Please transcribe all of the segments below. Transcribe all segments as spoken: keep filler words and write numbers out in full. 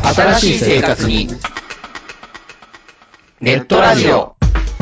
新しい生活にネットラジオ。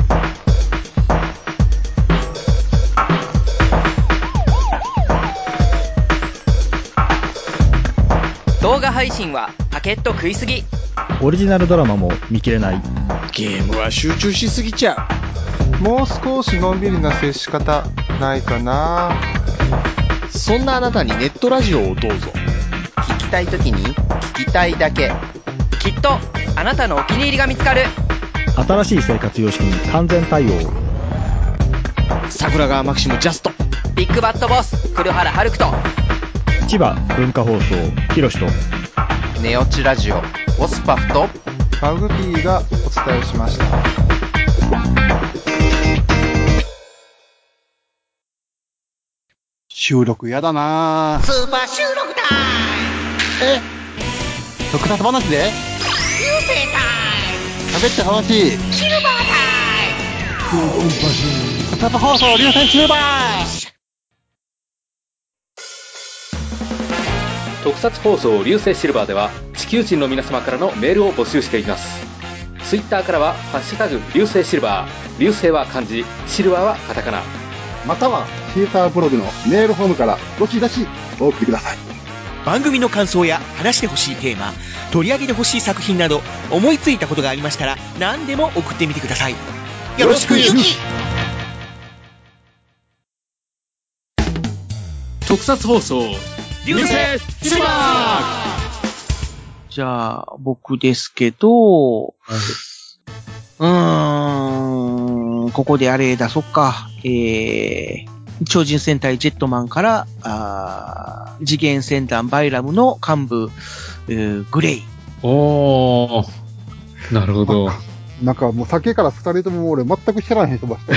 動画配信はパケット食いすぎ。 オリジナルドラマも見切れない。 ゲームは集中しすぎちゃう。もう少しのんびりな接し方ないかな。 そんなあなたにネットラジオをどうぞ。 聞きたいときに聞きたいだけ。 きっとあなたのお気に入りが見つかる。 新しい生活様式に完全対応。 桜川マキシムジャスト。 ビッグバットボス黒原遥人。 千葉文化放送ひろしとネオチラジオオスパフとマグピーがお伝えしました。 収録やだなぁ。 スーパー収録タイム。 え特撮話で流星タイム。 喋って楽しいシルバータイム。 特撮放送流星シルバー。 特撮放送流星シルバーでは地球人の皆様からのメールを募集しています。ツイッターからはハッシュタグ流星シルバー、流星は漢字、シルバーはカタカナ、 またはシーサーブログのメールフォームからどしどしお送りください。 番組の感想や話してほしいテーマ、取り上げてほしい作品など思いついたことがありましたら何でも送ってみてください。よろしくゆき。 特撮放送流星シルバー。 じゃあ僕ですけど、はい、うーんここであれ出そっか。えー超人戦隊ジェットマンから、あ次元戦団バイラムの幹部、えー、グレイ。 おー、なるほど。 なんかもう先から二人とも俺全く知らへん人ました。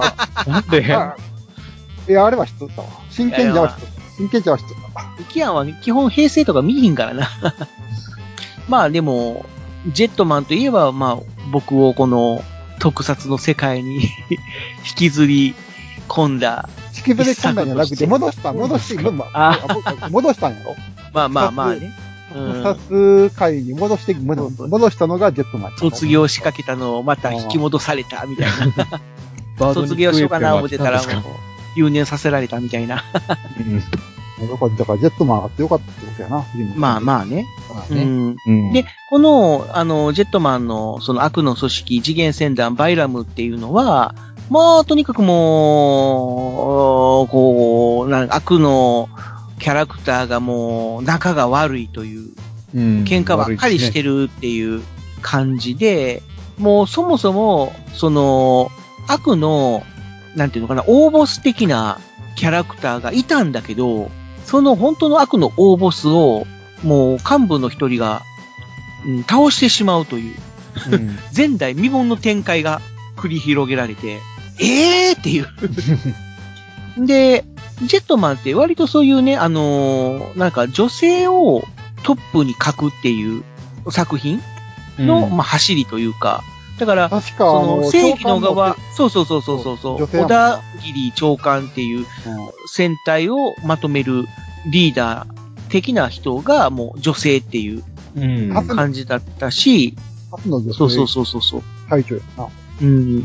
なんでいや、あれは知っとったわ。真剣者は知っとった。真剣者は知っとった。 キアンは基本平成とか見ひんからな。まあでも、ジェットマンといえば、まあ僕をこの特撮の世界に引きずり、込んだ。 引きずり込んだんじゃなくて、戻した、戻して、戻したんやろ。 まあまあまあね。 特撮界に戻して、戻したのがジェットマン。 卒業しかけたのをまた引き戻されたみたいな。卒業しようかな思ってたら、もう、留年させられたみたいな。 よかったから、ジェットマンあってよかったってことやな。 まあまあね。うんうん、で、この、あの、ジェットマンの、その悪の組織、次元戦団バイラムっていうのは、まあ、とにかくもう、こう、なん悪のキャラクターがもう、仲が悪いという、うん、喧嘩ばっかりしてるっていう感じで、ね、もうそもそも、その、悪の、なんていうのかな、大ボス的なキャラクターがいたんだけど、その本当の悪の大ボスを、もう幹部の一人が、うん、倒してしまうという、うん、前代未聞の展開が繰り広げられて、えーっていう。で、ジェットマンって割とそういうね、あのー、なんか女性をトップに書くっていう作品の、うん、まあ、走りというか、だから、 確かその正義の側、そうそうそうそうそうそう、小田切長官っていう戦隊をまとめるリーダー的な人がもう女性っていう感じだったし、 初の女性そうそうそうそうそう。 隊長やな。 うん。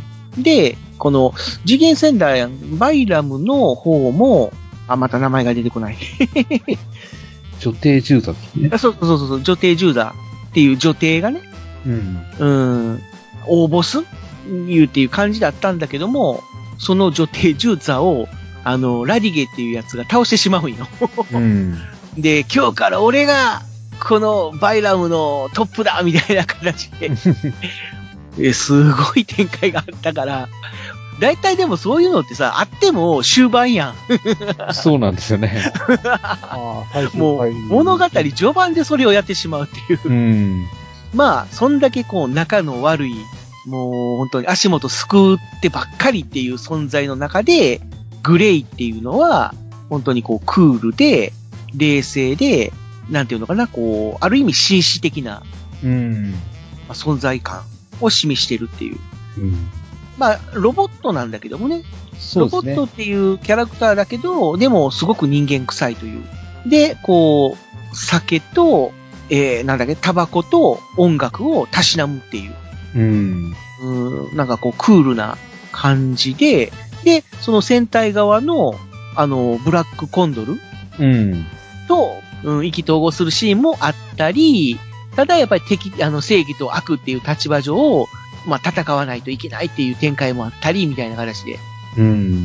で、この次元戦隊バイラムの方も、あ、また名前が出てこない。 女帝従座ですね。 そうそうそうそう、女帝従座っていう女帝がね、うん。うん。大ボス言うっていう感じだったんだけども、その女帝従座を、あの、ラディゲっていうやつが倒してしまうんよ。うん。で、今日から俺が、このバイラムのトップだみたいな形で。え、すごい展開があったから、大体でもそういうのってさ、あっても終盤やん。 そうなんですよね。 あもう物語序盤でそれをやってしまうっていう。うん、まあ、そんだけこう仲の悪い、もう本当に足元すくってばっかりっていう存在の中で、グレイっていうのは、本当にこうクールで、冷静で、なんていうのかな、こう、ある意味紳士的な、うんまあ、存在感を示してるっていう。うん、まあ、ロボットなんだけどもね。そうですね。ロボットっていうキャラクターだけど、でもすごく人間臭いという。で、こう、酒と、 えー、なんだっけ、タバコと音楽をたしなむっていう。 うん。 うん、なんかこう、クールな感じで、で、その戦隊側の、あの、ブラックコンドルうん。 と、うん、意気投合するシーンもあったり、ただやっぱり敵、あの、正義と悪っていう立場上、まあ、戦わないといけないっていう展開もあったり、みたいな形で。 うん。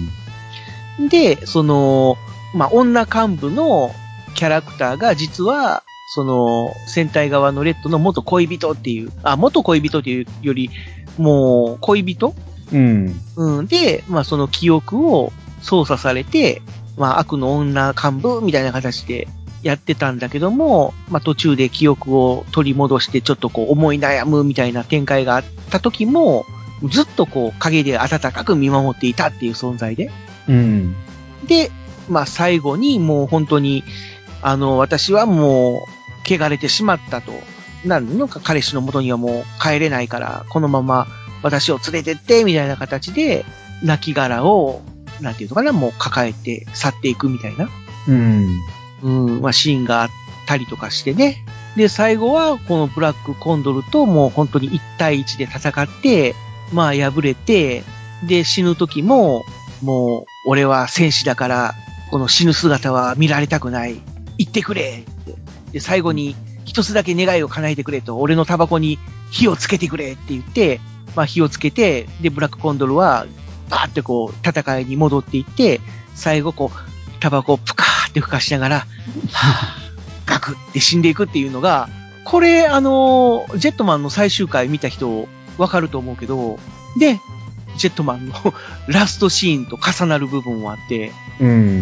で、その、まあ、女幹部のキャラクターが実は、その、戦隊側のレッドの元恋人っていう、あ、元恋人っていうより、もう、恋人うん。 うん。で、まあ、その記憶を操作されて、まあ、悪の女幹部みたいな形でやってたんだけども、まあ、途中で記憶を取り戻してちょっとこう思い悩むみたいな展開があった時も、ずっとこう影で温かく見守っていたっていう存在で。 うん。 で、まあ、最後にもう本当に、あの、私はもう、汚れてしまったと。なんのか彼氏の元にはもう帰れないから、このまま私を連れてって、みたいな形で、亡骸を、なんていうのかな、もう抱えて去っていくみたいな。 うん。 うん、まあシーンがあったりとかしてね。で、最後は、このブラックコンドルともう本当に一対一で戦って、まあ敗れて、で、死ぬ時も、もう、俺は戦士だから、この死ぬ姿は見られたくない。言ってくれって。で、最後に、一つだけ願いを叶えてくれと、俺のタバコに火をつけてくれって言って、まあ火をつけて、で、ブラックコンドルは、バーってこう、戦いに戻っていって、最後こう、タバコをプカーって吹かしながら、はぁ、ガクって死んでいくっていうのが、これ、あの、ジェットマンの最終回見た人、わかると思うけど、で、ジェットマンのラストシーンと重なる部分もあって、 うん。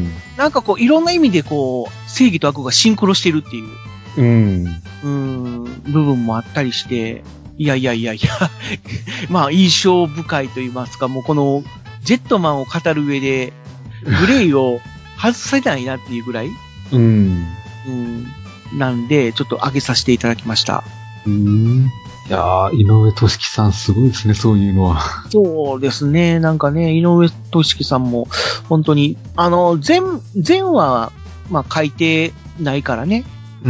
なんかこう、いろんな意味でこう、正義と悪がシンクロしてるっていう、 うん。 うーん、部分もあったりして、いやいやいやいや、まあ、印象深いと言いますか、もうこの、ジェットマンを語る上で、グレイを外せないなっていうぐらい、 うん。 うん、なんで、ちょっと上げさせていただきました。 うん。いやー、井上俊樹さんすごいですね、そういうのは。 そうですね。なんかね、井上俊樹さんも、本当に、あの、全、全話、まあ、書いてないからね。 うん。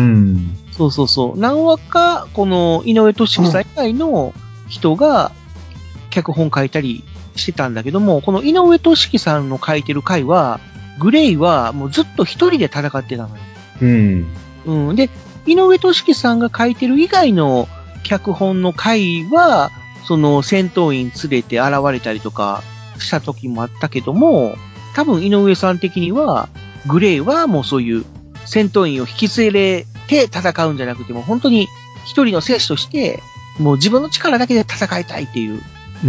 そうそうそう。何話か、この、井上俊樹さん以外の人が、脚本書いたりしてたんだけども、この井上俊樹さんの書いてる回は、グレイはもうずっと一人で戦ってたのよ。 うん。 うん。で、井上俊樹さんが書いてる以外の脚本の回は、その戦闘員連れて現れたりとかした時もあったけども、多分井上さん的には、グレイはもうそういう戦闘員を引き連れて戦うんじゃなくても、本当に一人の戦士として、もう自分の力だけで戦いたいっていう、 うん。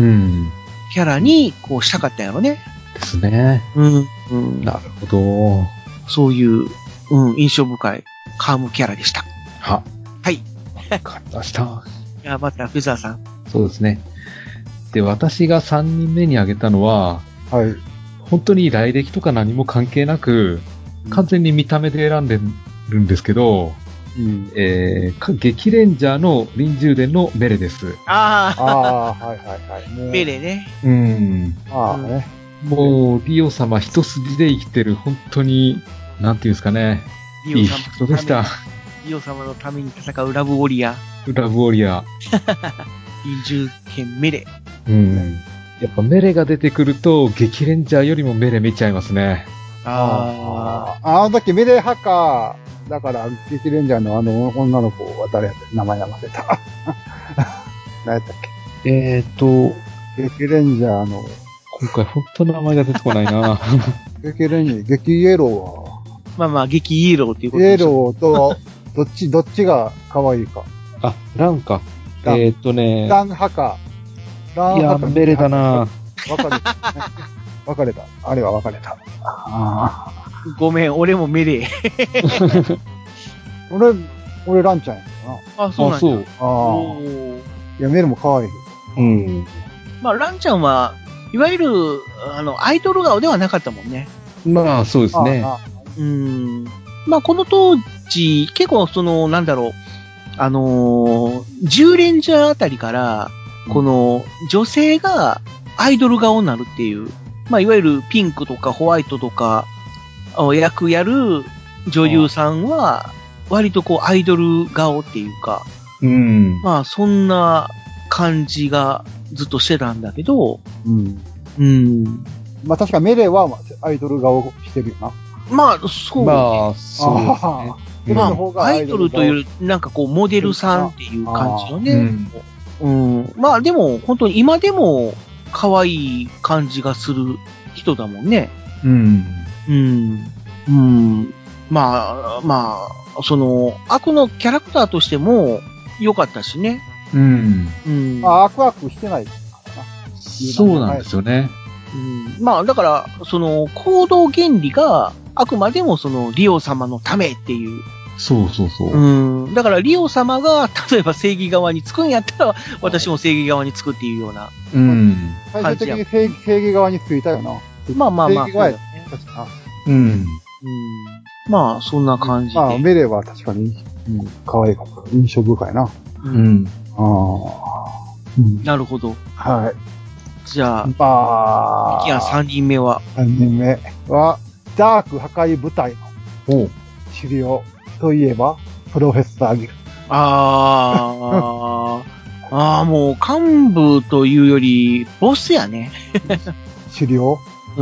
キャラにこうしたかったんやろね。 ですね。 うん。うん。 なるほど。 そういう、うん、印象深いカームキャラでした。 は。 はい。 わかりました。 じゃあまた、フェザーさん。 そうですね。で、私がさんにんめに挙げたのは、 はい。 本当に来歴とか何も関係なく、完全に見た目で選んでるんですけど、うん、えー、激レンジャーの臨終伝のメレです。 ああ。 ああ、はいはいはい。 メレね。 うん。 ああね。 もう、リオ様一筋で生きてる、本当に、なんていうんですかね。いい人でした。 リオ様のために戦うラブウォリアー。 ラブウォリアー。 臨終剣メレ。 うん。やっぱメレが出てくると、激レンジャーよりもメレ見ちゃいますね。 ああ。あの時メレ派か。だから、激レンジャーのあの女の子は誰やった名前忘れた。何やったっけえーと、 激レンジャーの、 今回本当の名前が出てこないな激レンジャー、激イエローは。 まあまあ、激イエローっていうことイエローと、どっち、どっちが可愛いか。 あ、ランか。えーっとね。 ラン派か。 ラン派か。いや、メレだな分かれた。分かれた。あれは分かれた。あごめん、俺もメレ。 俺、俺ランちゃんやな。あ、そうなんだ。 あ、そう。 ああ。いや、メレも可愛い。 うん。 まあ、ランちゃんは、いわゆる、あの、アイドル顔ではなかったもんね。 まあ、そうですね。 ああうん。まあ、この当時、結構その、なんだろう、あのー、じゅうレンジャーあたりから、この、女性がアイドル顔になるっていう、まあ、いわゆるピンクとかホワイトとか、役やる女優さんは、 割とこうアイドル顔っていうか、 うん。 まあそんな感じがずっとしてたんだけど、 うん。 うん。 まあ確かメレはアイドル顔してるよな。 まあ、そう。 まあ、そうですね。 まあ、アイドルという、なんかこう、モデルさんっていう感じのね。うん、うん。まあ、でも、本当に今でも、可愛い感じがする人だもんね。 うん。 うん。うん。まあ、まあ、その、悪のキャラクターとしても、良かったしね。 うん。 うん。あ、悪悪してないからな。 そうなんですよね。 うん、まあ、だから、その、行動原理が、あくまでもその、リオ様のためっていう。 そうそうそう。 うん。だから、リオ様が、例えば正義側につくんやったら、私も正義側につくっていうような。 うん。 最終的に正義正義側についたよな。 まあまあまあ。 正義側や確かうん。うん。 まあ、そんな感じで。 まあ、メレは確かに、うん、可愛かった。印象深いな。 うん。 ああ。 うん、なるほど。 はい。 じゃあ、 まあ、 いや、三人目は三人目は、ダーク破壊部隊の資料といえば、プロフェッサーギル。 ああ、ああ、もう幹部というより、ボスやね。 資料うん。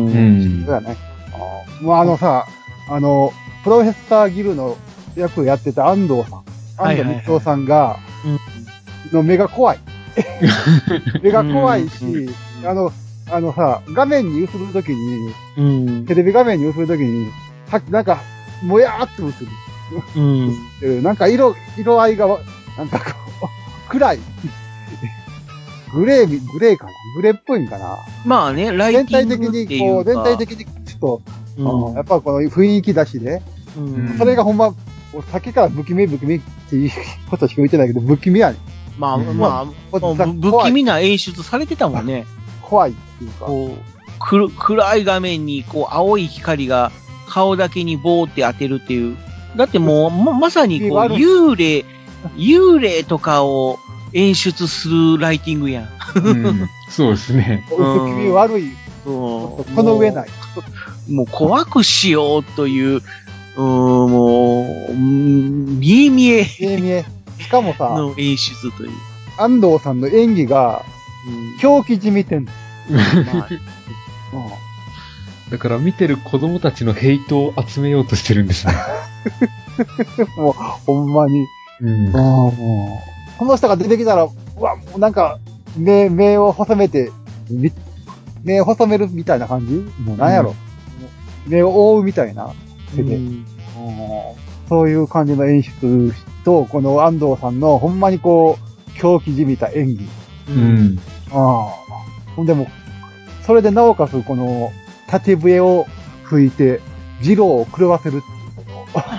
うん。そうやね。あもうあのさ、あの、プロフェッサーギルの役をやってた安藤さん。安藤光夫さんが、の目が怖い。目が怖いし、あの、あのさ、画面に映るときに、うん、テレビ画面に映るときに、はなんか、もやーっと映る。うん、なんか色、色合いが、なんかこう、暗い。グレー、グレーかなグレーっぽいんかなまあね、ライティングっていうか。 全体的に、こう、全体的にちょっと、うん、やっぱこの雰囲気出しで、うん、それがほんま、さっきから不気味不気味っていうことしか言ってないけど、不気味やねまあ、まあ、もう不気味な演出されてたもんね。 怖いっていうか。 こう、く暗い画面に、こう、青い光が顔だけにボーって当てるっていう。だってもう、ま、まさにこう、幽霊、幽霊とかを演出するライティングやん。 うん、そうですね。 不気味悪い。この上ない。 もう怖くしようという、うーん、もう、見え見え。 見え見え。しかもさ、 の演出という。 安藤さんの演技が、狂気じみてんの。まあだから見てる子供たちのヘイトを集めようとしてるんですね。 もう、ほんまに。うん、もうこの人が出てきたら、うわ、もうなんか、目、目を細めて、目を細めるみたいな感じもうなんやろ、うん。目を覆うみたいな手で、うん、そういう感じの演出と、この安藤さんのほんまにこう、狂気じみた演技。うん。ああ。ほんでも、それでなおかつこの、縦笛を吹いて、ジローを狂わせるっていうこと。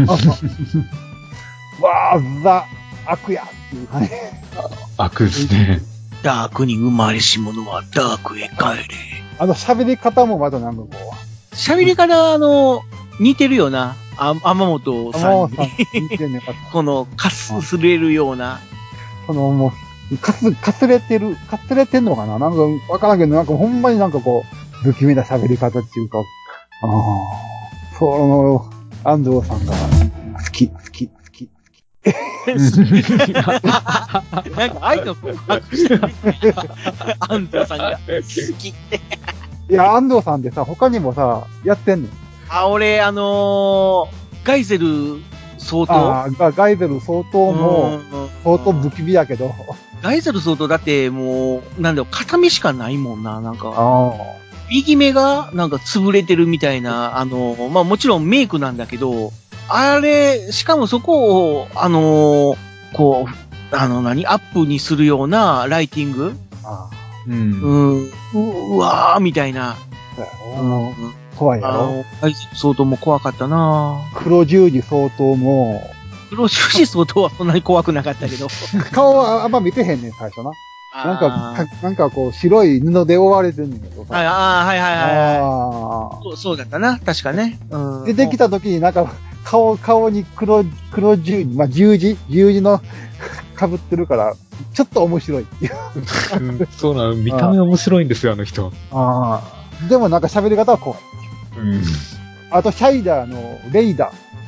わあ、ザ、悪やっていう感じ。 悪ですね。 ダークに生まれし者はダークへ帰れ。 あの喋り方もまたなんかこう。 喋り方、あの、似てるよな。あ、天本さんに。さん似てんねかこの、かすれるような。 その、もう、かす、かすれてる、かすれてんのかななんか、わからんけど、なんかほんまになんかこう、不気味な喋り方っていうか、ああ、その、安藤さんが、好き、好き、好き、好き。 なんか愛の告白してる安藤さんが、好きって。 いや、安藤さんってさ、他にもさ、やってんのあ、俺、あのー、ガイゼル相当ああ、ガイゼル相当も、相当不気味やけど。 ガイゼル相当だってもう、なんだろ、片目しかないもんな、なんか。ああ。右目がなんか潰れてるみたいな、あの、まあもちろんメイクなんだけど、あれ、しかもそこを、あの、こう、あの何、アップにするようなライティングああ。うん。うん。うわー、みたいな。 うん。怖いやろガイゼル相当も怖かったな黒十字相当も、 黒十字相当はそんなに怖くなかったけど。 顔はあんま見てへんねん、最初な。なんか、なんかこう、白い布で覆われてんねんけどさ。 はい、ああ、はいはいはい。あそう、そうだったな、確かね。 うん、出てきた時になんか、顔、顔に黒、黒十字、まあ、十字十字の被ってるから、ちょっと面白いっていううん。そうなの、見た目面白いんですよ、あの人。 ああ。でもなんか喋り方は怖い。うん。あと、シャイダーのレイダー。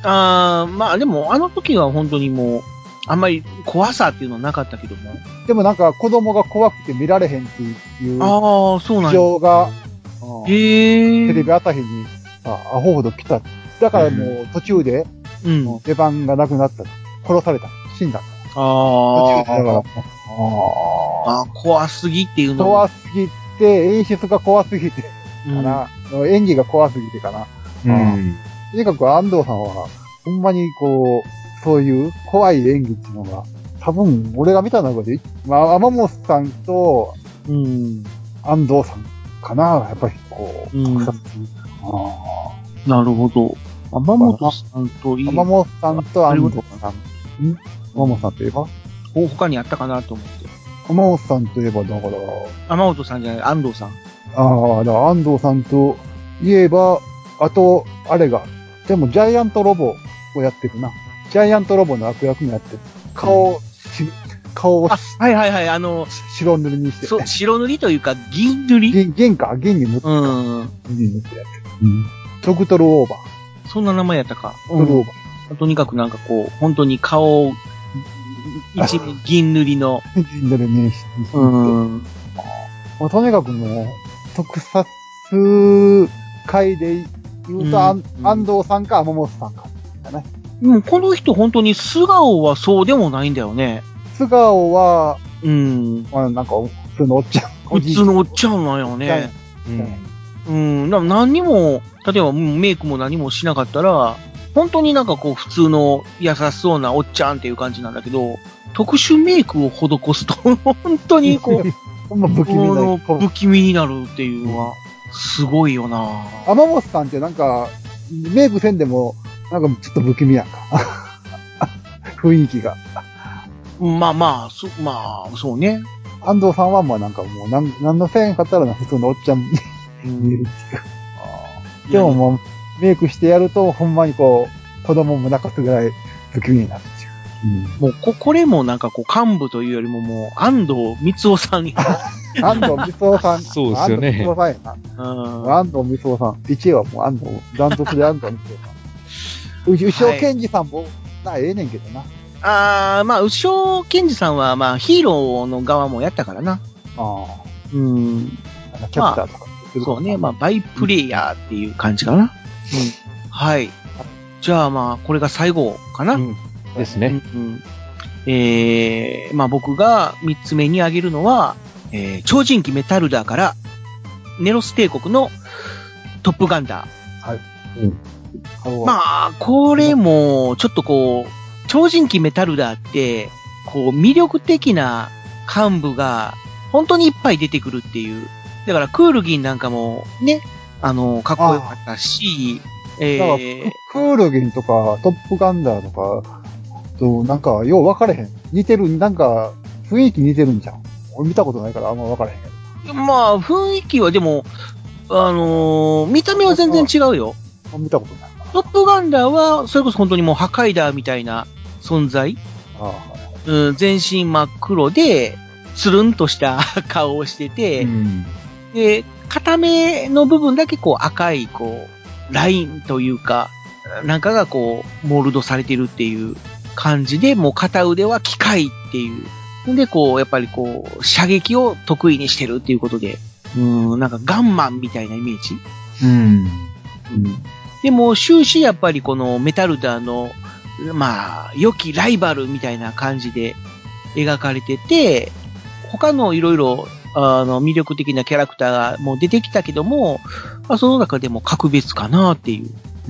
あー、まあでも、あの時は本当にもう、あんまり怖さっていうのはなかったけども。 でもなんか子供が怖くて見られへんっていう、 ああ、そうなん事情が、 へえ。 テレビ朝日に、あ、アホほど来た。だからもう途中で、 うん。 出番がなくなった。殺された。死んだ。 ああ。 途中でだから、 ああ、怖すぎっていうの怖すぎて、演出が怖すぎてかな。うん、演技が怖すぎてかな。うん。とにかく安藤さんは、ほんまにこう、そういう怖い演技っていうのが、多分、俺が見た中で、まあ、天本さんと、うん、安藤さんかな、やっぱりこう、特撮、うん、 あなるほど。天本さんといえば。 天本さんと安藤さん。ん天本さんといえば他にあったかなと思って。 天本さんといえば、だから。 天本さんじゃない、安藤さん。 ああ、だから安藤さんといえば、あと、あれが、でもジャイアントロボをやってるな。ジャイアントロボの悪役もやってる。顔、し顔を、 はいはいはい、あの、 白塗りにして。 そう、白塗りというか、銀塗り銀、銀か、銀に塗って。うん。銀に塗ってやってる。うん。ドクトルオーバー。 そんな名前やったか。 ドクトルオーバー。とにかくなんかこう、本当に顔、一面銀塗りの。 銀塗りにして。うん。まあ、とにかくもう、特撮界で言うと、うん、安藤さんか天本さんか。ね。 うん、この人本当に素顔はそうでもないんだよね。 素顔は、 うん。 まあ、なんか普通のおっちゃん。 普通のおっちゃんなんよね。うん。うん。何にも、例えばメイクも何もしなかったら、本当になんかこう普通の優しそうなおっちゃんっていう感じなんだけど、特殊メイクを施すと、本当にこう、 ほんま不気味な。 不気味になるっていうのは、すごいよなぁ。 天本さんってなんか、メイクせんでも、なんかちょっと不気味やんか。雰囲気が。 まあまあ、そ、まあ、そうね。 安藤さんはまあなんかもう、なん、なんのせんかったら普通のおっちゃんに見えるっていう。でももう、メイクしてやると、ほんまにこう、子供も泣かすぐらい不気味になるっていう。 うん、もうこ、これもなんかこう、幹部というよりももう、安藤光夫さんに。 安藤光夫さん。 そうですよね。 安藤光夫さんやな。安藤光夫さん。いちいはもう安藤、ダントツで安藤光夫さん。うし、牛尾健二さんも、な、ええねんけどな。 あー、まあ、牛尾健二さんは、まあ、ヒーローの側もやったからな。 ああ。 うん。 なんかキャプターとか、 まあ。そうね。まあ、バイプレイヤーっていう感じかな。うん。はい。じゃあまあ、これが最後かな。うんですね。 うんうん、えー、まあ僕が三つ目に挙げるのは、えー、超人気メタルダーからネロス帝国のトップガンダー。はい。うん、まあ、これもちょっとこう、超人気メタルダーって、こう魅力的な幹部が本当にいっぱい出てくるっていう。だからクールギンなんかもね、あの、かっこよかったし、 えー、クールギンとかトップガンダーとか、と、なんか、よう分かれへん。似てる、なんか、雰囲気似てるんじゃん。俺見たことないからあんま分からへんけど。まあ、雰囲気はでも、あのー、見た目は全然違うよ。 見たことない。 トップガンダーは、それこそ本当にもう破壊ダーみたいな存在。ああ、うん、全身真っ黒で、つるんとした顔をしてて、うん、で、片目の部分だけこう赤い、こう、ラインというか、なんかがこう、モールドされてるっていう感じで、もう片腕は機械っていう。で、こう、やっぱりこう、射撃を得意にしてるっていうことで、うん、なんかガンマンみたいなイメージ。うん。うん、でも、終始やっぱりこのメタルダーの、まあ、良きライバルみたいな感じで描かれてて、他のいろいろ、あの、魅力的なキャラクターも出てきたけども、まあ、その中でも格別かなっていう、うん、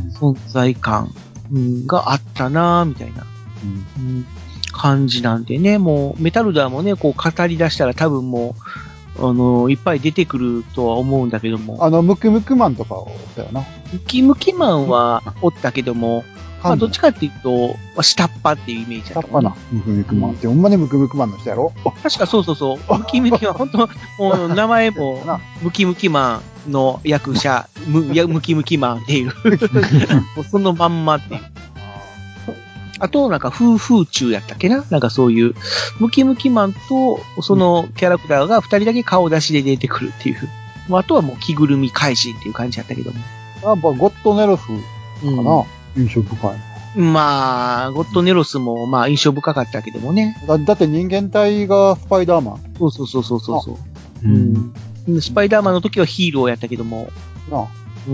存在感があったなみたいな、うん、感じなんでね、もう、メタルダーもね、こう語り出したら多分もう、あの、いっぱい出てくるとは思うんだけども。 あの、ムキムキマンとかおったよな。 ムキムキマンはおったけども、まあ、どっちかっていうと、下っ端っていうイメージだったもんね。 下っ端な。ムキムキマンって、ほんまにムキムキマンの人やろ？ 確かそうそうそう。ムキムキマン、ほんと、もう名前も、ムキムキマンの役者、ムムキムキマンっていう。そのまんまっていう。あと、なんか、風風中やったっけななんかそういう、ムキムキマンと、そのキャラクターが二人だけ顔出しで出てくるっていう。あとはもう着ぐるみ怪人っていう感じやったけども。 やっぱゴッドネルフかな、うん、 印象深い。 まあ、ゴッドネロスも、まあ、印象深かったけどもね。 だ、だって人間体がスパイダーマン。 そうそうそうそうそう。うん。スパイダーマンの時はヒーローやったけども。 なあ。 うん。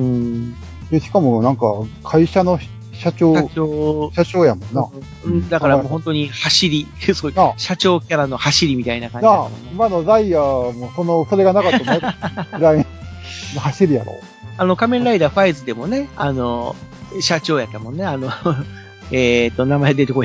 で、しかもなんか、会社の社長、 社長、 社長やもんな。 うん、だからもう本当に走り、そういう、社長キャラの走りみたいな感じだ、ね。今のザイヤーもその、それがなかったぐらいの走りやろ。 あの、仮面ライダーファイズでもね、あの、社長やったもんね、あの、えっと、名前出てこい。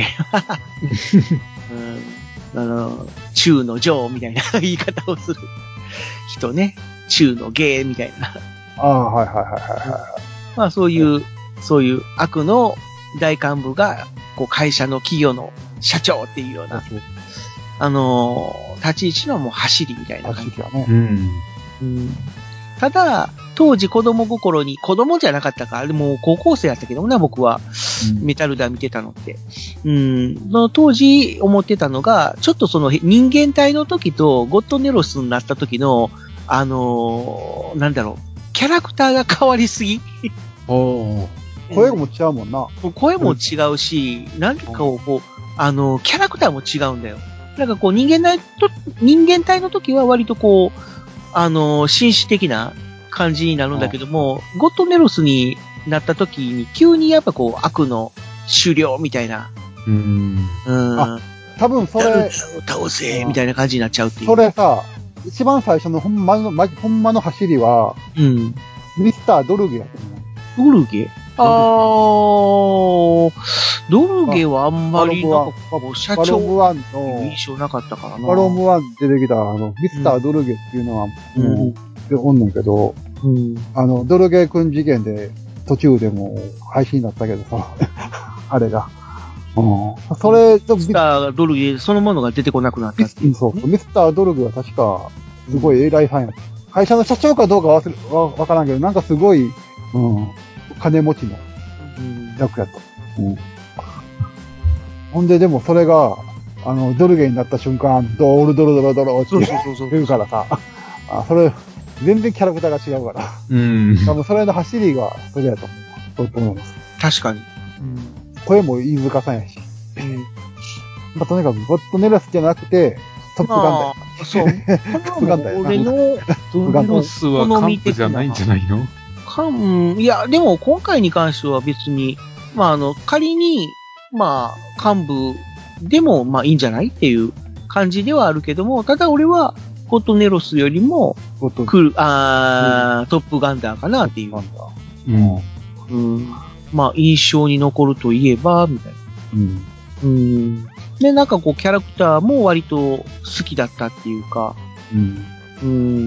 うん、あの、中のジョーみたいな言い方をする人ね。中のゲーみたいな。 ああ、はいはいはいはい、はい。 まあそういう、そういう悪の大幹部が、こう会社の企業の社長っていうような、あのー、立ち位置のもう走りみたいな感じ。 走りやね。 うんうん、ただ、当時子供心に、子供じゃなかったか、でも高校生やったけどな、僕は、うん、メタルダー見てたのって。うん、その当時思ってたのが、ちょっとその人間体の時とゴッドネロスになった時の、あのー、なんだろう、キャラクターが変わりすぎ。 お声も違うもんな。 声も違うし、なんかこう、こう、あの、キャラクターも違うんだよ。なんかこう、人間体と、人間体の時は割とこう、あの、紳士的な感じになるんだけども、ゴッドネロスになった時に、急にやっぱこう、悪の狩猟みたいな。 うん。うん。あ、多分それ。 倒せみたいな感じになっちゃうっていう。 それさ、一番最初のほんまの、ほんまの走りは、うん。ミスタードルゲやと思う。ドルゲあー、ドルゲはあんまりなんかこう、社長の印象なかったからな。 バロームワン出てきた、あの、ミスタードルゲっていうのは、うん、おんねんけど、うん、あの、ドルゲ君事件で途中でも配信になったけどさ、あれが。うん、それと、 ミスタードルゲそのものが出てこなくなったっていう。 そうそう。ミスタードルゲは確か、すごい偉いさんやった。会社の社長かどうかわわからんけど、なんかすごい、うん、金持ちの役やった。うん。ほんで、でもそれが、あの、ドルゲになった瞬間、ドールドロドロドロって言うからさ、あ、それ、全然キャラクターが違うから。うん。多分それの走りが、それやと思う。そうと思います。 確かに。 うん。声も飯塚さんやし。うん。まあ、とにかく、ゴッドネロスじゃなくて、トップガンだよ。 そう。トップガンだよ。俺の、 トップガンはカンプじゃないんじゃないの？ かん、いや、でも今回に関しては別に、まあ、あの、仮に、まあ、幹部でも、まあいいんじゃないっていう感じではあるけども、ただ俺は、ゴッドネロスよりも、来る、あー、うん、トップガンダーかなっていう。うん。うん。まあ、印象に残るといえば、みたいな。うん。うん。で、なんかこう、キャラクターも割と好きだったっていうか、うん。うん。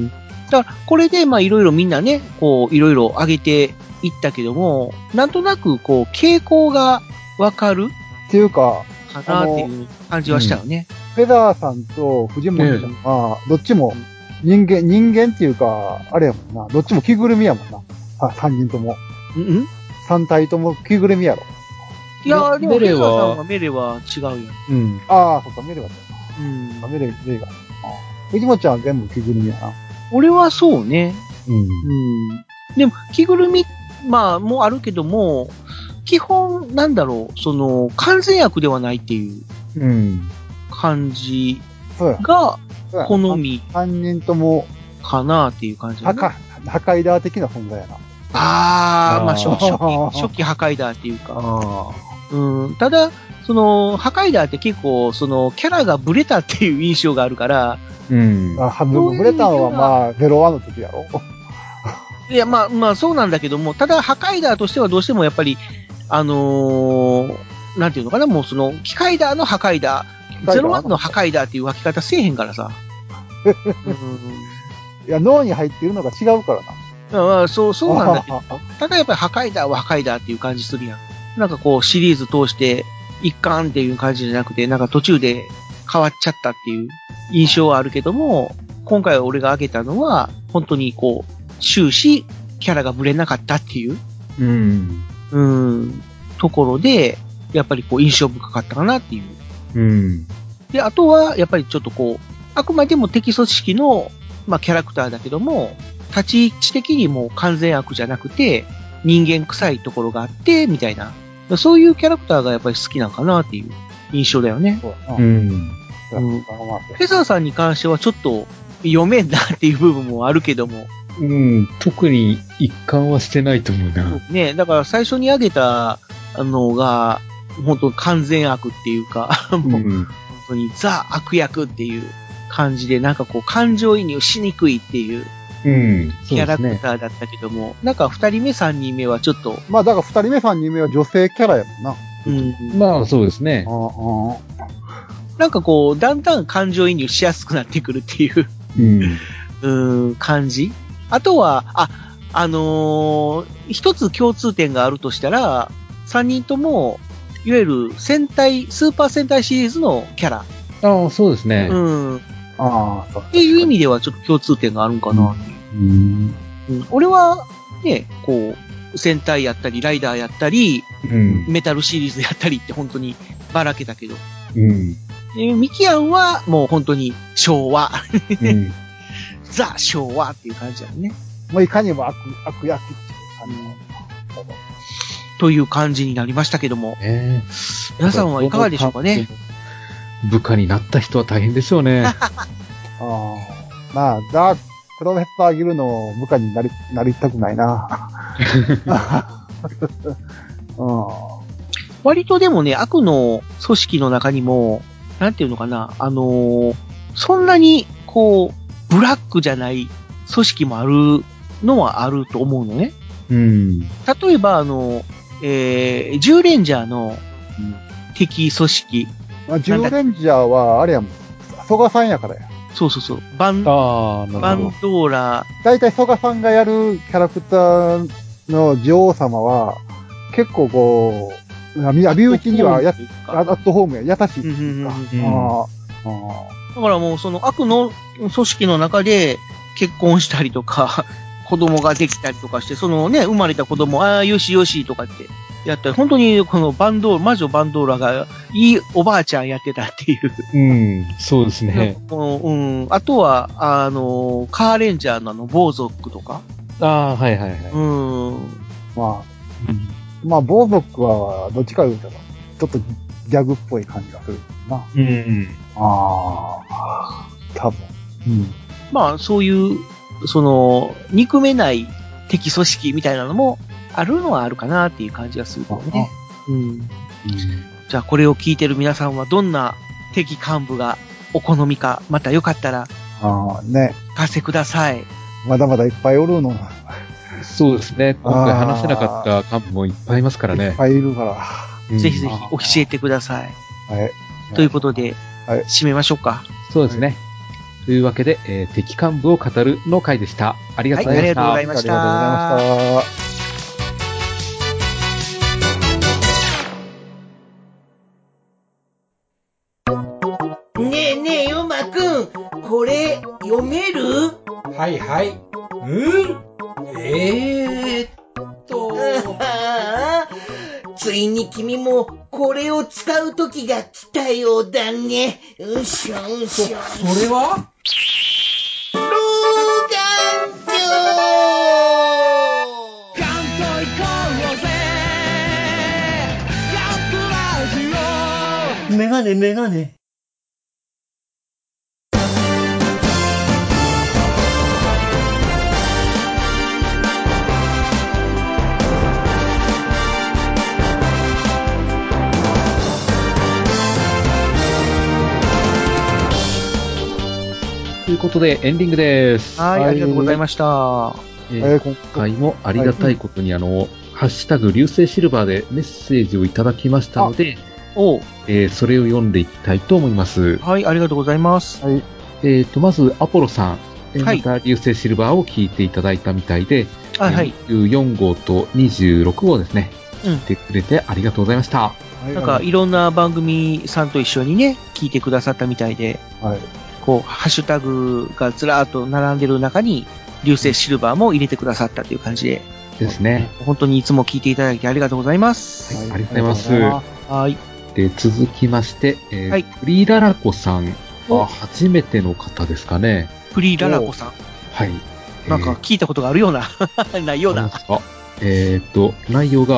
だから、これで、まあ、いろいろみんなね、こう、いろいろ上げていったけども、なんとなく、こう、傾向がわかるっていうか、 かなっていう感じはしたよね。 うん、フェザーさんと藤本さんは、どっちも人間、人間っていうか、あれやもんな。どっちも着ぐるみやもんな。三人とも。ん三体とも着ぐるみやろ。 いやー、でもフェザーさんはメレは違うよ。 うん。ああ、そっか、メレは違う。うん。メレ、メレが。藤本ちゃんは全部着ぐるみやな。 俺はそうね。うん。うん。でも、着ぐるみ、まあ、もあるけども、基本、なんだろう、その、完全悪ではないっていう、うん。感じが、好み。 三人とも、 かなっていう感じ、ね。 破壊ダー的な存在やな。 あー、まあ初期、初期破壊ダーっていうか。うん。ただ、その、破壊ダーって結構、その、キャラがブレたっていう印象があるから、うん。 あ、ブレたのはまあ、ゼロワンの時やろ。 いや、まあ、まあ、そうなんだけども、ただ、破壊ダーとしてはどうしてもやっぱり、あのー、なんていうのかな、もうその、機械ダーの破壊ダー、ゼロワンの破壊ダーっていう分け方せえへんからさ。 うん、いや、脳に入ってるのが違うからな。ああ、そう、そうなんだけど。ただやっぱり破壊ダーは破壊ダーっていう感じするやん。なんかこう、シリーズ通して、一貫っていう感じじゃなくて、なんか途中で変わっちゃったっていう印象はあるけども、今回俺が挙げたのは、本当にこう、終始、キャラがブレなかったっていう。うん。うん、ところで、やっぱりこう印象深かったかなっていう。うん。で、あとは、やっぱりちょっとこう、あくまでも敵組織の、まあキャラクターだけども、立ち位置的にもう完全悪じゃなくて、人間臭いところがあって、みたいなそういうキャラクターがやっぱり好きなんかなっていう印象だよね。 うん。うん。 うん。フェザーさんに関してはちょっと読めんなっていう部分もあるけども。 うん、特に一貫はしてないと思うな。 ね、だから最初に挙げたのが、本当完全悪っていうか、もう、うん、本当にザ悪役っていう感じで、なんかこう感情移入しにくいっていう、うん、キャラクターだったけども、ね、なんか二人目三人目はちょっと。 まあだから二人目三人目は女性キャラやもんな。 うん、まあそうですね。ああなんかこう、だんだん感情移入しやすくなってくるっていう、うん、うん感じ。あとは、あ、あのー、一つ共通点があるとしたら、三人とも、いわゆる戦隊、スーパー戦隊シリーズのキャラ。 ああ、そうですね。 うん。ああ、っていう意味ではちょっと共通点があるんかな。うん。うん、俺は、ね、こう、戦隊やったり、ライダーやったり、うん、メタルシリーズやったりって本当にばらけたけど。うん。でミキアンはもう本当に昭和。うん、ザ昭和っていう感じだね。 もういかにも悪、悪役っていう感じ。 という感じになりましたけども。えー、皆さんはいかがでしょうかね。 部下になった人は大変でしょうね。ああ。まあ、ザ・プロフェッサーギルの部下になり、なりたくないな。 うん、割とでもね、悪の組織の中にも、なんていうのかな、あのー、そんなに、こう、ブラックじゃない組織もあるのはあると思うのね。うん。例えば、あの、えー、ジューレンジャーの敵組織。 まあ、ジューレンジャーは、あれやもん。ソガさんやからや。 そうそうそう。バン、あバンドーラー。だいたいソガさんがやるキャラクターの女王様は、結構こう、アビウチにはや、アットホームや、優しいっていうか。ああだからもうその悪の組織の中で結婚したりとか、子供ができたりとかして、そのね、生まれた子供、ああ、よしよしとかってやったり、本当にこのバンド、魔女バンドーラがいいおばあちゃんやってたっていう。 うん、そうですね。 このうん、あとは、あの、カーレンジャーのあの、ボーゾックとか。 ああ、はいはいはい。 うん。まあ、うん、まあ、ボーゾックは、どっちか言うと、ちょっとギャグっぽい感じがするな。うん。ああ、多分。 うん。まあ、そういう、その、憎めない敵組織みたいなのもあるのはあるかなっていう感じがするけどね。うん。うん、じゃあこれを聞いてる皆さんはどんな敵幹部がお好みか、またよかったら、ああ、ね。聞かせください。 まだまだいっぱいおるの。 そうですね。今回話せなかった幹部もいっぱいいますからね。 いっぱいいるから。 ぜひぜひ教えてください。はい。ということで、はい、締めましょうか。 そうですね。はいというわけで、えー、敵幹部を語るの回でした。ありがとうございました。 はい、ありがとうございました。ありがとうございました。ねえねえ、ヨマくん、これ、読める？ はいはい。うんえーっと。 ついに君もこれを使う時が来たようだね。うしょうしょ。 そ、それは？ 老眼鏡！ガンと行こうぜ！ガンプラジオ！メガネメガネ。 ということで、エンディングです。 はい、ありがとうございました。 えー、今回もありがたいことに、あの、ハッシュタグ、流星シルバーでメッセージをいただきましたので、おえー、それを読んでいきたいと思います。 はい、ありがとうございます。はい、 えっと、まず、アポロさん、えー、また流星シルバーを聞いていただいたみたいで、はい、はい、にじゅうよん号とにじゅうろく号ですね。うん。聞いてくれてありがとうございました。 なんか、いろんな番組さんと一緒にね、聞いてくださったみたいで、はい。こう、ハッシュタグがずらーっと並んでる中に、流星シルバーも入れてくださったという感じで。 ですね。 本当にいつも聞いていただいてありがとうございます。 はい、ありがとうございます。はい。で、続きまして、えー、はい。プリララコさんは初めての方ですかね。 プリララコさん。 はい。 なんか聞いたことがあるような、ないような。 えっと、内容が、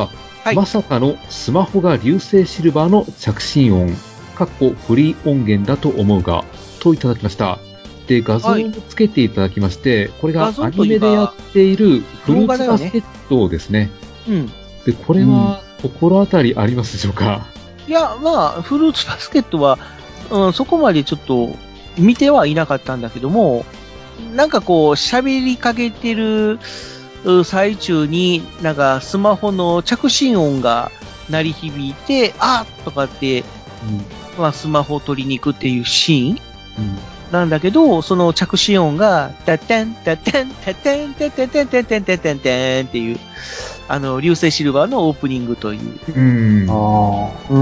はい。 まさかのスマホが流星シルバーの着信音、かっこフリー音源だと思うが、といただきました。で、画像をつけていただきまして、これがアニメでやっているフルーツバスケットですね。 うん。 で、これは心当たりありますでしょうか？ いや、まあ、フルーツバスケットは、うん、そこまでちょっと見てはいなかったんだけども、なんかこう、喋りかけてる最中に、なんかスマホの着信音が鳴り響いて、あーとかって、うん、まあスマホを取りに行くっていうシーン、うん、なんだけど、その着信音が、タッタン、タッタン、タッタン、タッタン、タッタン、タッタン、タッタンっていう、あの、流星シルバーのオープニングという、うん、あうん、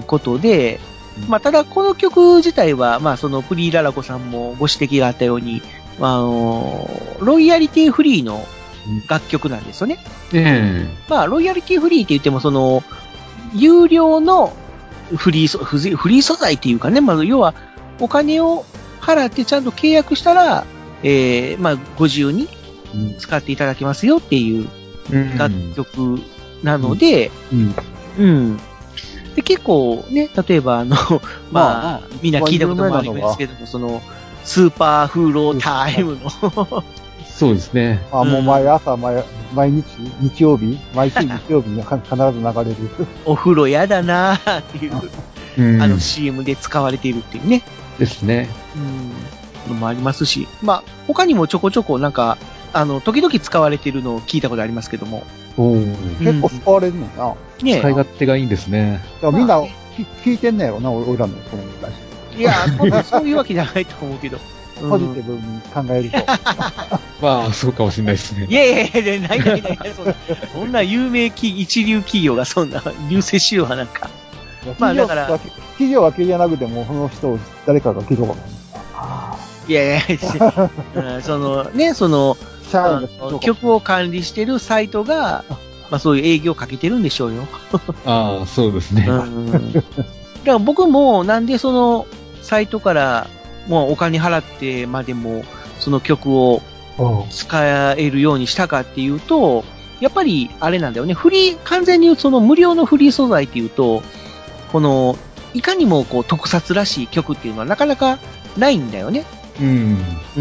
ことで、まあ、ただこの曲自体は、まあ、そのプリーララコさんもご指摘があったように、あの、ロイヤリティフリーの楽曲なんですよね。 ええー。 まあ、ロイヤリティフリーって言っても、その、有料のフリー素、フリー素材っていうかね、まあ、要は、お金を払ってちゃんと契約したら、ええー、まあ、ご自由に使っていただきますよっていう楽曲なので、うん。うんうんで、結構ね、例えばあの、まあ、まあ、みんな聞いたこともありますけども、その、スーパーフーロータイムの。 そうですね。 あ、もう毎朝、毎、毎日、日曜日毎週日曜日に必ず流れる。 お風呂やだなーっていう、うん、あの シーエム で使われているっていうね。 ですね。 うん。のもありますし、まあ、他にもちょこちょこなんか、あの、時々使われているのを聞いたことありますけども。 お結構使われるのな。 ね使い勝手がいいんですね。 みんな、まあね、聞いてんねやろな、俺らのこの話。 いや、多分そういうわけじゃないと思うけど。 ポジティブに考えると。 まあ、そうかもしれないですね。 いやいやいや、ないないない、そんな、そんな有名企、一流企業がそんな、流星しようはなんか。 まあだから。企業は企業じゃなくても、その人を誰かが企業かも。 いやいや、そのね、その、曲を管理してるサイトが、まあそういう営業をかけてるんでしょうよ。 ああ、そうですね。うん、 だから僕もなんでそのサイトからもうお金払ってまでもその曲を使えるようにしたかっていうと、やっぱりあれなんだよね。フリー、完全にその無料のフリー素材っていうと、この、いかにもこう特撮らしい曲っていうのはなかなかないんだよね。 うん。 うん。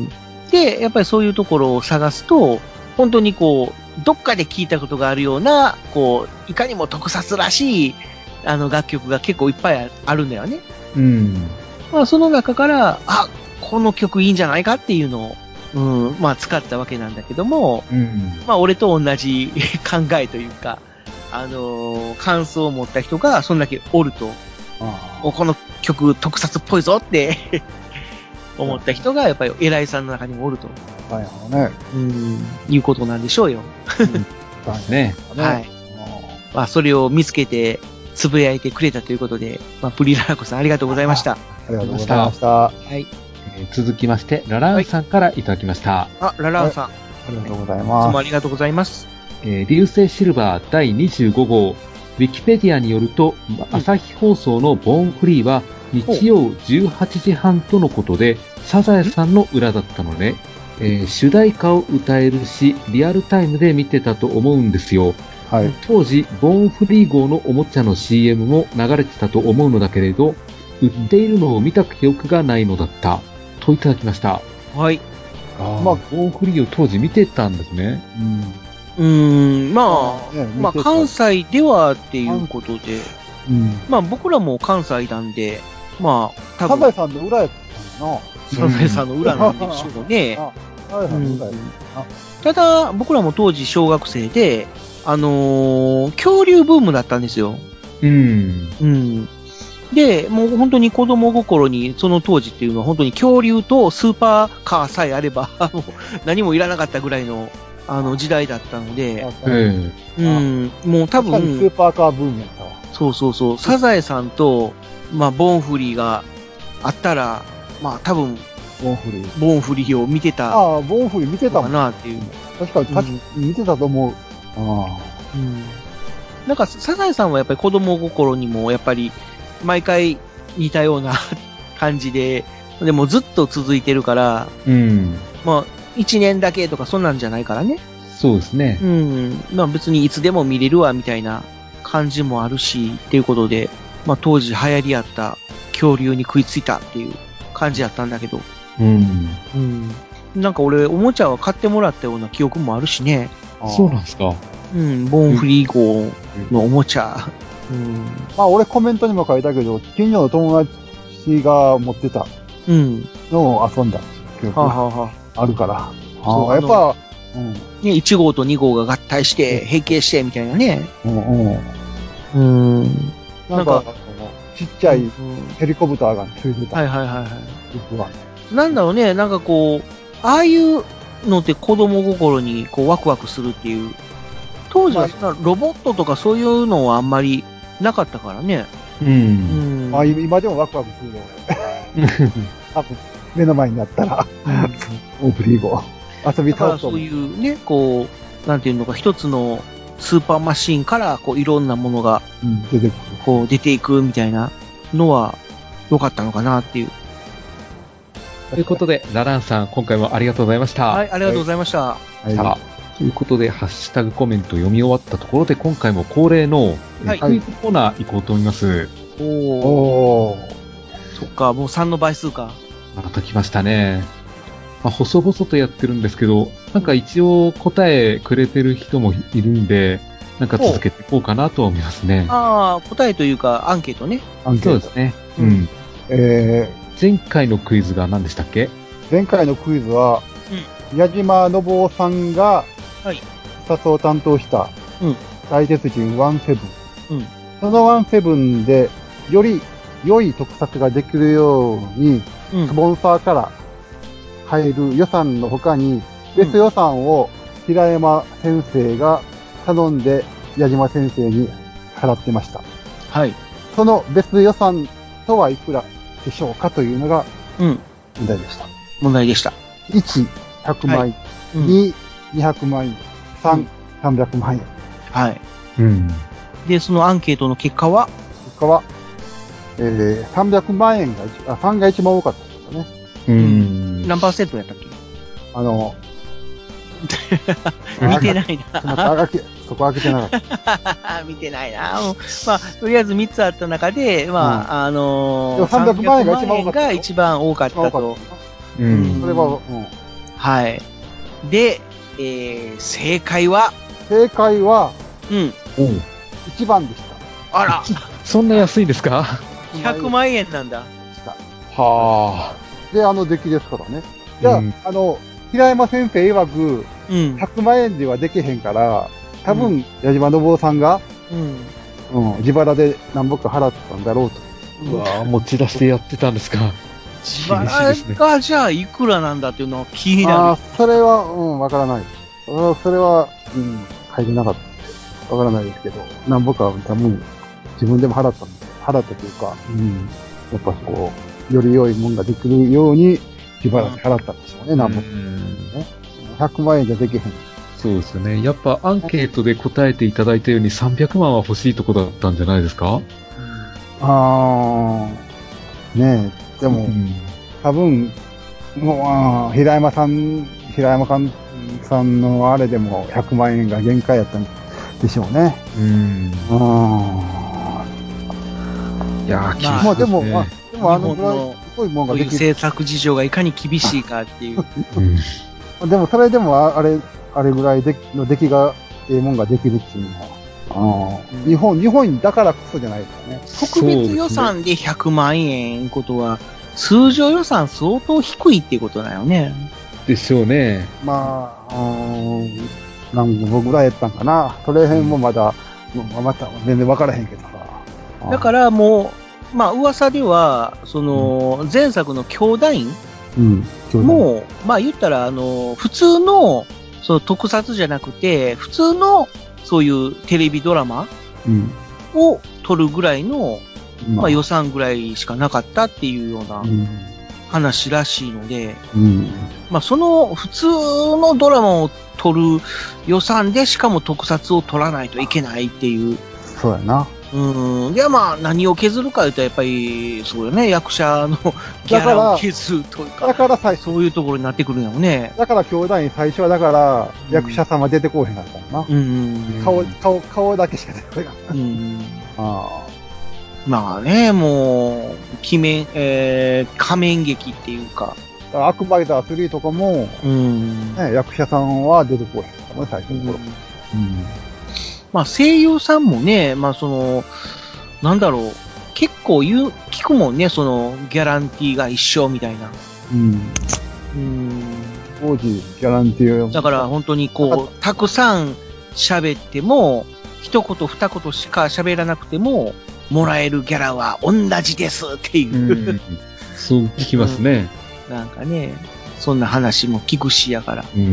で、やっぱりそういうところを探すと、本当にこう、どっかで聞いたことがあるような、こう、いかにも特撮らしい、あの楽曲が結構いっぱいあるんだよね。 うん。 まあその中から、あ、この曲いいんじゃないかっていうのを、うん、まあ使ったわけなんだけども、 うん、 まあ俺と同じ考えというか、あのー、感想を持った人がそんだけおると、あこの曲特撮っぽいぞって思った人がやっぱり偉いさんの中にもおると。 はいはいね。 うん、いうことなんでしょうよ。 うん、ですね。 はい。まあそれを見つけてつぶやいてくれたということで、まあプリララコさんありがとうございました。ありがとうございました。 はい。 えー、続きまして、ラランさんからいただきました。はい、 あ、ラランさん。ありがとうございます。 いつもありがとうございます。 えー、流星シルバーだいにじゅうご号。ウィキペディアによると、朝日放送のボーンフリーは日曜じゅうはちじはんとのことで、サザエさんの裏だったので、えー、主題歌を歌えるし、リアルタイムで見てたと思うんですよ。 はい、 当時、ボーンフリー号のおもちゃの シーエム も流れてたと思うのだけれど、売っているのを見た記憶がないのだった。といただきました。 はい。 あまあ、ボーンフリーを当時見てたんですね。 うん、うーんまあ、ね、まあ、関西ではっていうことで、うん、まあ僕らも関西なんで、まあ、 多分。サザエさんの裏やったんな。 サザエさんの裏なんでしょうね。サザエさんの裏やったただ、僕らも当時小学生で、あのー、恐竜ブームだったんですよ。 うん。 うん。で、もう本当に子供心に、その当時っていうのは本当に恐竜とスーパーカーさえあれば、もう何もいらなかったぐらいの、あの時代だったので、うん、もう多分、 スーパーカーブームやったわ。 そうそうそう、サザエさんと、まあ、ボーンフリーがあったら、まあ多分、 ボーンフリー。 ボーンフリーを見てた。 ああ、ボーンフリー見てたかなっていう。 確かに、確かに見てたと思う。ああ。 うん。なんか、サザエさんはやっぱり子供心にも、やっぱり、毎回似たような感じで、でもずっと続いてるから、 うん。 まあ、一年だけとかそんなんじゃないからね。 そうですね。 うん。まあ別にいつでも見れるわみたいな感じもあるし、っていうことで、まあ当時流行りあった恐竜に食いついたっていう感じだったんだけど。 うん。 うん。なんか俺、おもちゃは買ってもらったような記憶もあるしね。 そうなんですか。 うん、ボーンフリー号のおもちゃ。うん。 まあ俺コメントにも書いたけど、近所の友達が持ってたのを遊んだ記憶があるから。そう、やっぱ、うん。 ね、いち号とに号が合体して、並携してみたいなね。 うんうん。 うん。 なんか、ちっちゃいヘリコプターがついてた。 はいはいはいはい。なんだろうね、なんかこう、ああいうのって子供心にこうワクワクするっていう。当時はロボットとかそういうのはあんまりなかったからね。 うん。 まあ今でもワクワクするよ、俺。多分、目の前になったら、オーフリー号。遊び倒すと。 そういうね、こう、なんていうのか、一つのスーパーマシーンから、こう、いろんなものが、 出てくる。 こう、出ていくみたいなのは、良かったのかなっていう。 ということで、ラランさん、今回もありがとうございました。 はい、ありがとうございました。はい。さあ、ということで、ハッシュタグコメント読み終わったところで、今回も恒例の、はい、クイズコーナー行こうと思います。 おー。おー。そっか、もうさんの倍数か。 また来ましたね。まあ、細々とやってるんですけど、なんか一応答えくれてる人もいるんで、なんか続けていこうかなと思いますね。 ああ、答えというか、アンケートね。 アンケート。 そうですね。うん。えー、前回のクイズが何でしたっけ？ 前回のクイズは、うん、矢島信夫さんが、はい。視察を担当した、うん。大鉄人ワンセブン。うん。そのワンセブンで、より良い特撮ができるように、うん、スポンサーから入る予算の他に、別予算を平山先生が頼んで矢島先生に払ってました。 はい。 その別予算とはいくらでしょうかというのが、問題でした。 うん、問題でした。 いち、ひゃくまん円。はい、に、にひゃくまん円。さん、さんびゃくまん円。 はい。 うん。 で、そのアンケートの結果は結果は、えー、さんびゃくまん円が、あ、さんが一番多かったんですよね。 うん。 何パーセントやったっけ？ あの、 見てないな。 そこ開けてなかった。 見てないな。まあ、とりあえずみっつあった中で、まあ、うん、あのー、 さんびゃくまん円が一番多かった。 が一番多かったと。 うん。それは、うん。 はい。で、えー、正解は正解は、 うん。 いちばんでした。 あら。 そんな安いですか？ ひゃくまん円なんだ。 はあ。 で、あの出来ですからね。じゃあ、うん、あの、平山先生曰く、うん、ひゃくまん円ではできへんから、多分、うん、矢島信夫さんが、うん、うん、自腹で何ぼか払ったんだろうと。 うわぁ、持ち出してやってたんですか。 自腹がじゃあいくらなんだっていうのは気になる。ああ、 それは、うん、わからない。それは、うん、書いてなかった。わからないですけど、何ぼか多分、自分でも払ったんです。払ったというか、うん、やっぱこう、より良いもんができるように、自腹で払ったんでしょうね、何ぼか。ひゃくまん円じゃできへん。 そうですよね。やっぱアンケートで答えていただいたようにさんびゃくまんは欲しいとこだったんじゃないですか？ あー、ねえ、でも、うん、多分、もう、平山さん、平山さんのあれでもひゃくまん円が限界やったんでしょうね。 うん。 あー。いやー、厳しいですね。 まあでも、まあ、でもあのぐらい、すごいもんができる。 そういう政策事情がいかに厳しいかっていう。 うん、でも、それでも、あれ、あれぐらいでの出来が、ええもんができるっていうのは、あ、うん、日本、日本だからこそじゃないですかね。 特別予算でひゃくまん円ことは、通常予算相当低いっていうことだよね。 でしょうね。 まあ、うん、何本ぐらいやったんかな。それ辺もまだ、うん、また全然わからへんけどさ。 だからもう、まあ噂では、その、うん、前作の兄弟院、うん、もう、まあ言ったら、あの、普通の、その特撮じゃなくて、普通の、そういうテレビドラマを撮るぐらいの、うん、まあ予算ぐらいしかなかったっていうような話らしいので、うん、まあその普通のドラマを撮る予算でしかも特撮を撮らないといけないっていう。 そうやな。 うん。で、まあ何を削るか言うとやっぱり、そうよね、役者のギャラを削るというか。 だから最そういうところになってくるんやろね。 だから兄弟に最初はだから、役者さんは出てこうへんかったのな。 うん。 顔、顔、顔だけしか出てこなかった。 うん。 ああ。 まあね、もう、鬼面、えー、仮面劇っていうか。 だからアクバイダースリーとかも、 うん。 ね、役者さんは出てこうへんかったね、最初の頃。うん。うん、 まあ声優さんもね、まあその、なんだろう、結構言う、聞くもんね、その、ギャランティーが一緒みたいな。 うん。 うん。 当時、ギャランティーを。 だから本当にこう、たくさん喋っても、一言二言しか喋らなくても、もらえるギャラは同じですっていう。うん、 そう聞きますね、 うん。なんかね、そんな話も聞くしやから。 うん。うん、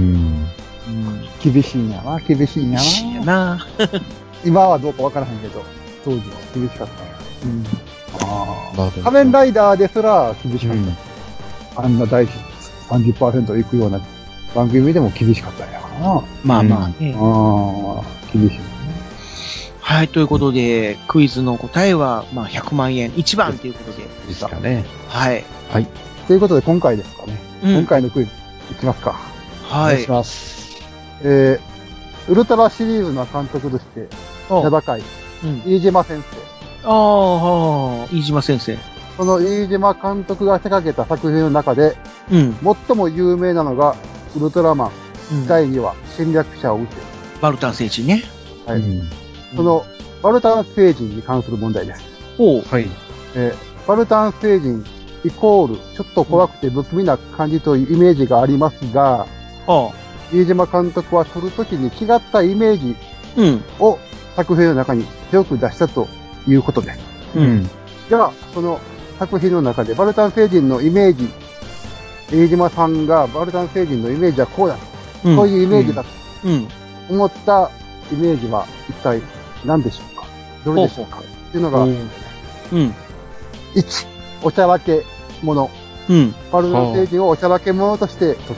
厳しいんやな、厳しいんやな。厳しいやな。今はどうかわからへんけど、当時は厳しかったんや。うん。ああ。仮面ライダーですら厳しかった。うん、あんな大事 さんじゅっパーセント いくような番組でも厳しかったんやからな。 まあまあね。 うん、ああ、厳しいね。 はい、ということで、クイズの答えは、まあ、ひゃくまんえん、いちばんということで。 ですかね。 はい。 はい。 ということで、今回ですかね。うん、今回のクイズ、いきますか。 はい。 お願いします。えー、ウルトラシリーズの監督として、名高い、うん、飯島先生。 ああ、飯島先生。 その飯島監督が手掛けた作品の中で、うん、最も有名なのが、ウルトラマン、うん、だいにわ、侵略者を撃て。 バルタン星人ね。 はい。うん、その、バルタン星人に関する問題です。 おう。 はい。 えー、バルタン星人イコール、ちょっと怖くて不気味な感じというイメージがありますが、 うん、 飯島監督は撮るときに違ったイメージを作品の中に強く出したということです。 うん。 じゃあ、その作品の中でバルタン星人のイメージ、飯島さんがバルタン星人のイメージはこうだと、うん、そういうイメージだと思ったイメージは一体何でしょうか、どれでしょうかっていうのが、うん。いち、おちゃらけ者。 うん。 バルタン星人をおちゃらけ者として撮った。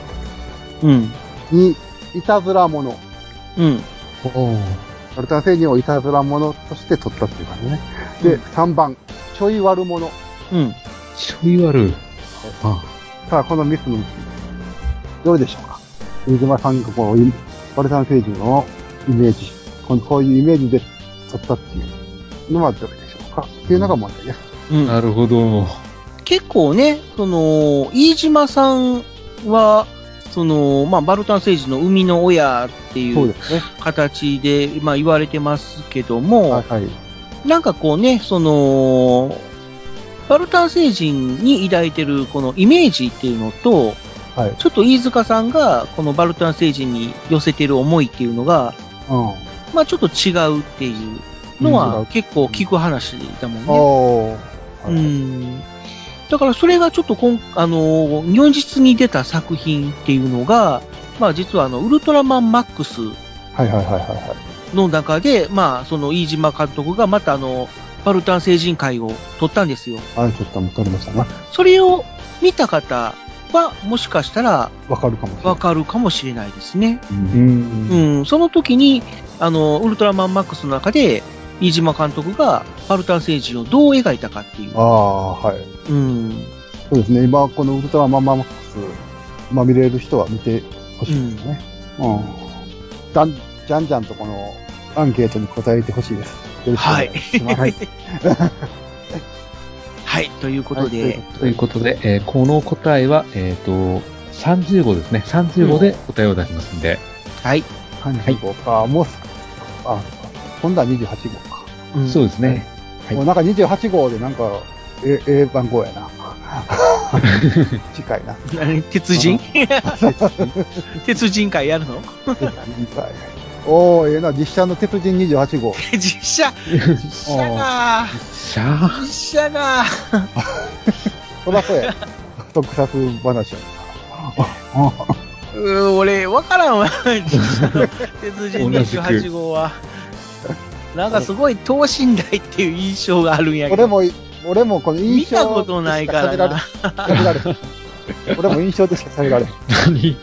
うん。 に、いたずら者。 うん。 バルタン星人をいたずら者として撮ったっていう感じね。で、うん、さんばん、ちょい悪者。 うん。 ちょい悪。 ああ、さあ、このみっつのうち、どれでしょうか。飯島さんがこう、バルタン星人のイメージ、こういうイメージで撮ったっていうのはどれでしょうかっていうのが問題です。 うん。なるほど。 結構ね、その、飯島さんは、その、まあ、バルタン星人の生みの親っていう形で、まあ、言われてますけども、 はいはい、 なんかこうね、その、バルタン星人に抱いてるこのイメージっていうのと、はい、ちょっと飯塚さんがこのバルタン星人に寄せてる思いっていうのが、うん、まあちょっと違うっていうのは結構聞く話だもんね。うん、うんだからそれがちょっとこん、あの、如実に出た作品っていうのが、まあ実はあの、ウルトラマンマックスの中で、まあその飯島監督がまたあの、バルタン星人会を撮ったんですよ。 はい、撮った、撮りましたね。 それを見た方は、もしかしたら、 わかるかもしれない。 わかるかもしれないですね。 うん。 うん、その時に、あの、ウルトラマンマックスの中で、飯島監督がバルタン星人をどう描いたかっていう。 ああ、はい。 うん。 そうですね。今、このウルトラマンマックス、まあ見れる人は見てほしいですね。うん。うん、じゃん、じゃんじゃんとこの、アンケートに答えてほしいです。 はい。 はい。 はい。ということで。はい、 ということで、えー、この答えは、えっ、ー、と、さんじゅうごですね。さんじゅうごで答えを出しますんで。 うん、はい。 さんじゅうごか。はい、もう、あ、今度はにじゅうはち号か。 うん、そうですね。 はい、もうなんかにじゅうはち号でなんか、え、えー、番号やな。近いな。 何鉄人鉄人会やるのおー、ええー、な、実写の鉄人にじゅうはち号。 実写実写が実写実写がそらそうや。特撮話や。 うー、俺、わからんわ。実写の鉄人にじゅうはち号は。なんかすごい等身大っていう印象があるんやけど。 俺も、俺もこの印象見たことないからな。 喋られへん。俺も印象でしか喋られへん。 何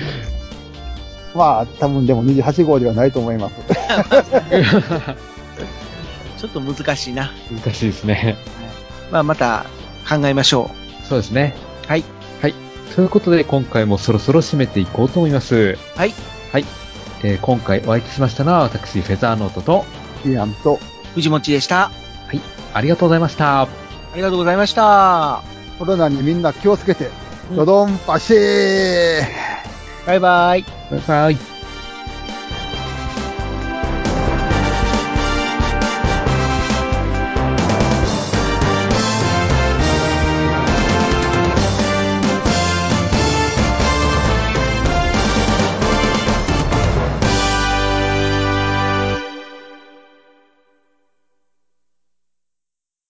まあ、多分でもにじゅうはち号ではないと思います。 ちょっと難しいな。 難しいですね。 まあ、また考えましょそそうですね。 はい。 はい。ということで、今回もそろそろ締めていこうと思います。 はい。 はい。えー、今回お相手しましたのは、私、フェザーノートと、 イアンと、 藤持でした。 はい。ありがとうございました。 ありがとうございました。 コロナにみんな気をつけて、ドドンパシー、 バイバイ。 バイバイ。